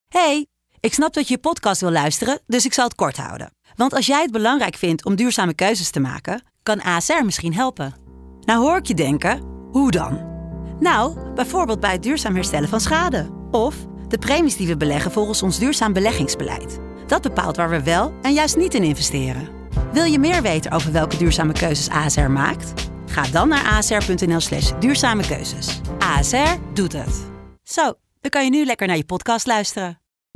Hey, ik snap dat je je podcast wil luisteren, dus ik zal het kort houden. Want als jij het belangrijk vindt om duurzame keuzes te maken, kan ASR misschien helpen. Nou hoor ik je denken, hoe dan? Nou, bijvoorbeeld bij het duurzaam herstellen van schade. Of de premies die we beleggen volgens ons duurzaam beleggingsbeleid. Dat bepaalt waar we wel en juist niet in investeren. Wil je meer weten over welke duurzame keuzes ASR maakt? Ga dan naar asr.nl/duurzame keuzes. ASR doet het. Zo, dan kan je nu lekker naar je podcast luisteren.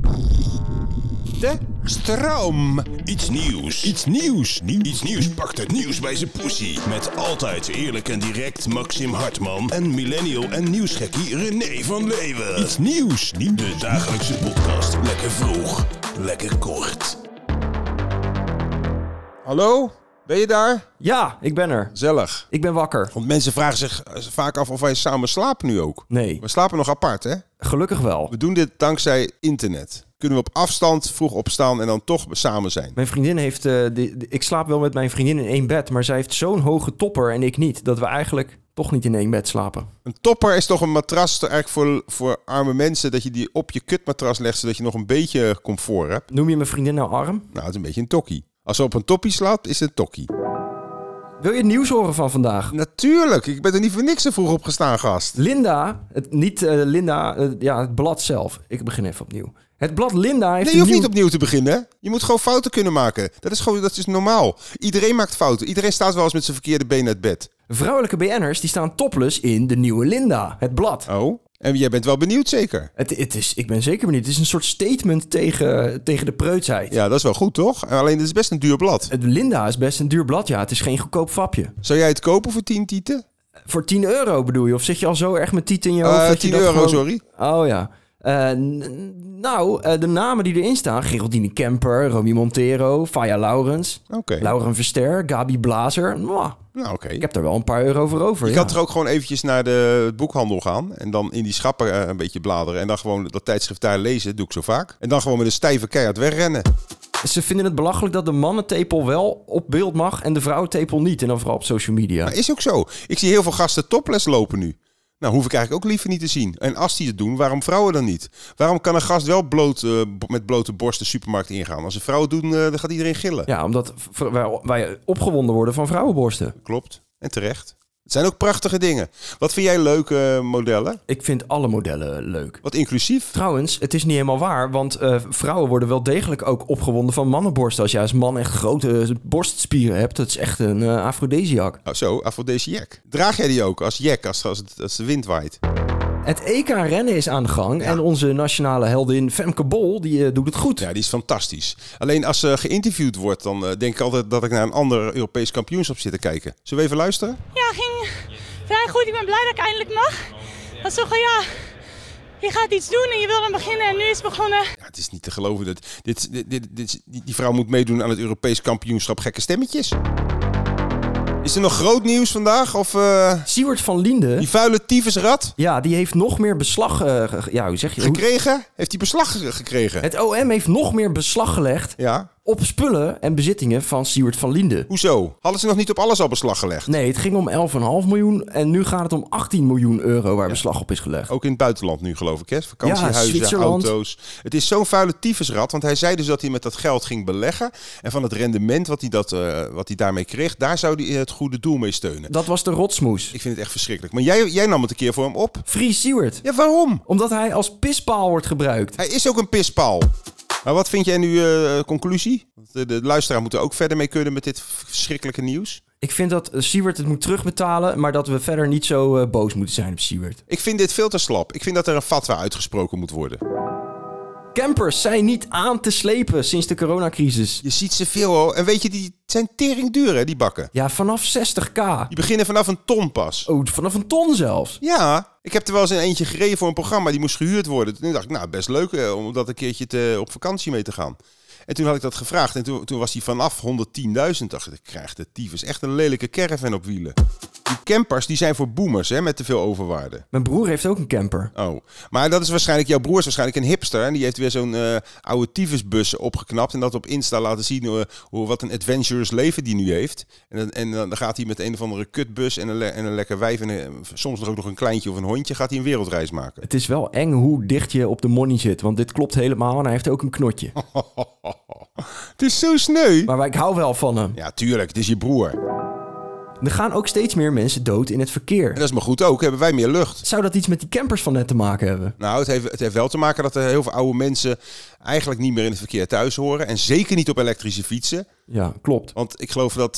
De stroom. Iets nieuws. Iets nieuws. Iets nieuws pakt het nieuws bij zijn poesie. Met altijd eerlijk en direct Maxim Hartman en millennial en nieuwsgekkie René van Leeuwen. Iets nieuws. De dagelijkse podcast. Lekker vroeg. Lekker kort. Hallo? Ben je daar? Ja, ik ben er. Gezellig. Ik ben wakker. Want mensen vragen zich vaak af of wij samen slapen nu ook. Nee, We slapen nog apart, hè? gelukkig wel. We doen dit dankzij internet. Kunnen we op afstand vroeg opstaan en dan toch samen zijn. Mijn vriendin heeft... ik slaap wel met mijn vriendin in één bed, maar zij heeft zo'n hoge topper en ik niet, dat we eigenlijk toch niet in één bed slapen. Een topper is toch een matras eigenlijk voor arme mensen, dat je die op je kutmatras legt, zodat je nog een beetje comfort hebt. Noem je mijn vriendin nou arm? Nou, het is een beetje een tokkie. Als ze op een toppie slaapt, is het een tokkie. Wil je het nieuws horen van vandaag? Natuurlijk, ik ben er niet voor niks zo vroeg opgestaan, gast. Linda, het blad zelf. Ik begin even opnieuw. Het blad Linda heeft Nee, je een hoeft nieuw... niet opnieuw te beginnen. Hè? Je moet gewoon fouten kunnen maken. Dat is normaal. Iedereen maakt fouten. Iedereen staat wel eens met zijn verkeerde been uit bed. Vrouwelijke BN'ers die staan topless in de nieuwe Linda, het blad. Oh, en jij bent wel benieuwd zeker? Ik ben zeker benieuwd. Het is een soort statement tegen de preutsheid. Ja, dat is wel goed, toch? Alleen, het is best een duur blad. Het Linda is best een duur blad, ja. Het is geen goedkoop fapje. Zou jij het kopen voor 10 tieten? Voor €10 bedoel je? Of zit je al zo erg met tieten in je hoofd? dat je 10 dat euro, gewoon... sorry. Oh ja. De namen die erin staan... Geraldine Kemper, Romy Montero, Faya Laurens... Oké. Lauren Verster, Gabi Blazer. Mwah, Nou, oké. ik heb er wel een paar euro voor over. Je ja. kan er ook gewoon eventjes naar de boekhandel gaan. En dan in die schappen een beetje bladeren. En dan gewoon dat tijdschrift daar lezen. Doe ik zo vaak. En dan gewoon met een stijve keihard wegrennen. Ze vinden het belachelijk dat de mannentepel wel op beeld mag... en de vrouwentepel niet. En dan vooral op social media. Maar is ook zo. Ik zie heel veel gasten topless lopen nu. Nou, hoef ik eigenlijk ook liever niet te zien. En als die het doen, waarom vrouwen dan niet? Waarom kan een gast wel met blote borst de supermarkt ingaan? Als een vrouw het doen, dan gaat iedereen gillen. Ja, omdat wij opgewonden worden van vrouwenborsten. Klopt. En terecht. Het zijn ook prachtige dingen. Wat vind jij leuke modellen? Ik vind alle modellen leuk. Wat inclusief? Trouwens, het is niet helemaal waar, want vrouwen worden wel degelijk ook opgewonden van mannenborsten. Als jij als man echt grote borstspieren hebt, dat is echt een afrodisiac. Oh, zo, afrodisiac. Draag jij die ook als jack als de wind waait? Het EK rennen is aan de gang en onze nationale heldin Femke Bol, die doet het goed. Ja, die is fantastisch. Alleen als ze geïnterviewd wordt, dan denk ik altijd dat ik naar een ander Europees kampioenschap zit te kijken. Zullen we even luisteren? Ja, ging vrij goed. Ik ben blij dat ik eindelijk mag. Dat is toch wel, ja, je gaat iets doen en je wil dan beginnen en nu is het begonnen. Ja, het is niet te geloven. Dat die vrouw moet meedoen aan het Europees kampioenschap gekke stemmetjes. Is er nog groot nieuws vandaag? Of Siewert van Liende, die vuile tyfusrat ja, die heeft nog meer beslag... hoe zeg je? gekregen? Heeft hij beslag gekregen? Het OM heeft nog meer beslag gelegd Ja. op spullen en bezittingen van Siewert van Liende. Hoezo? Hadden ze nog niet op alles al beslag gelegd? Nee, het ging om 11,5 miljoen en nu gaat het om 18 miljoen euro waar beslag op is gelegd. Ook in het buitenland nu, geloof ik, hè? Vakantiehuizen, Zwitserland. auto's. Het is zo'n vuile tyfusrat, want hij zei dus dat hij met dat geld ging beleggen. En van het rendement wat hij daarmee kreeg, daar zou hij het goede doel mee steunen. Dat was de rotsmoes. Ik vind het echt verschrikkelijk. Maar jij nam het een keer voor hem op. Free Siewert. Ja, waarom? Omdat hij als pispaal wordt gebruikt. Hij is ook een pispaal. Maar wat vind jij nu conclusie? De luisteraar moet er ook verder mee kunnen met dit verschrikkelijke nieuws. Ik vind dat Siewert het moet terugbetalen, maar dat we verder niet zo boos moeten zijn op Siewert. Ik vind dit veel te slap. Ik vind dat er een fatwa uitgesproken moet worden. Campers zijn niet aan te slepen sinds de coronacrisis. Je ziet ze veel hoor. En weet je, die zijn tering duur hè, die bakken. Ja, vanaf 60k. Die beginnen vanaf een ton pas. Oh, vanaf een ton zelfs. Ja, ik heb er wel eens een eentje gereden voor een programma. Die moest gehuurd worden. Toen dacht ik, nou best leuk om dat een keertje op vakantie mee te gaan. En toen had ik dat gevraagd. En toen was hij vanaf 110.000. Dacht ik, krijg de tyfus echt een lelijke caravan op wielen. Die campers die zijn voor boomers, hè, met te veel overwaarde. Mijn broer heeft ook een camper. Oh, maar dat is waarschijnlijk, jouw broer is waarschijnlijk een hipster. En die heeft weer zo'n oude tyfusbus opgeknapt. En dat op Insta laten zien wat een adventurous leven die nu heeft. En dan gaat hij met een of andere kutbus en een lekker wijf en soms ook nog een kleintje of een hondje, gaat hij een wereldreis maken. Het is wel eng hoe dicht je op de money zit. Want dit klopt helemaal en hij heeft ook een knotje. Het is zo sneu. Maar ik hou wel van hem. Ja, tuurlijk. Het is je broer. Er gaan ook steeds meer mensen dood in het verkeer. En dat is maar goed ook. Hebben wij meer lucht. Zou dat iets met die campers van net te maken hebben? Nou, het heeft wel te maken dat er heel veel oude mensen eigenlijk niet meer in het verkeer thuis horen. En zeker niet op elektrische fietsen. Ja, klopt. Want ik geloof dat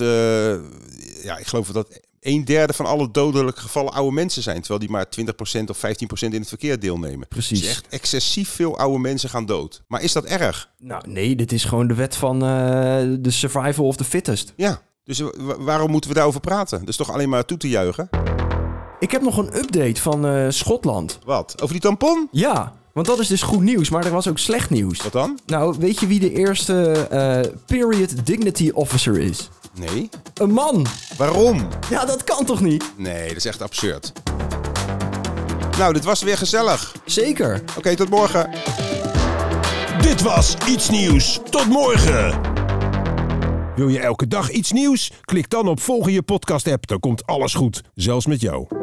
1/3 van alle dodelijke gevallen oude mensen zijn. Terwijl die maar 20% of 15% in het verkeer deelnemen. Precies. Dus echt excessief veel oude mensen gaan dood. Maar is dat erg? Nou, nee, dit is gewoon de wet van de survival of the fittest. Ja, dus waarom moeten we daarover praten? Dat is toch alleen maar toe te juichen? Ik heb nog een update van Schotland. Wat? Over die tampon? Ja, want dat is dus goed nieuws, maar er was ook slecht nieuws. Wat dan? Nou, weet je wie de eerste Period Dignity Officer is? Nee. Een man! Waarom? Ja, dat kan toch niet? Nee, dat is echt absurd. Nou, dit was weer gezellig. Zeker. Oké, tot morgen. Dit was Iets Nieuws. Tot morgen. Wil je elke dag iets nieuws? Klik dan op volgen je podcast app. Dan komt alles goed. Zelfs met jou.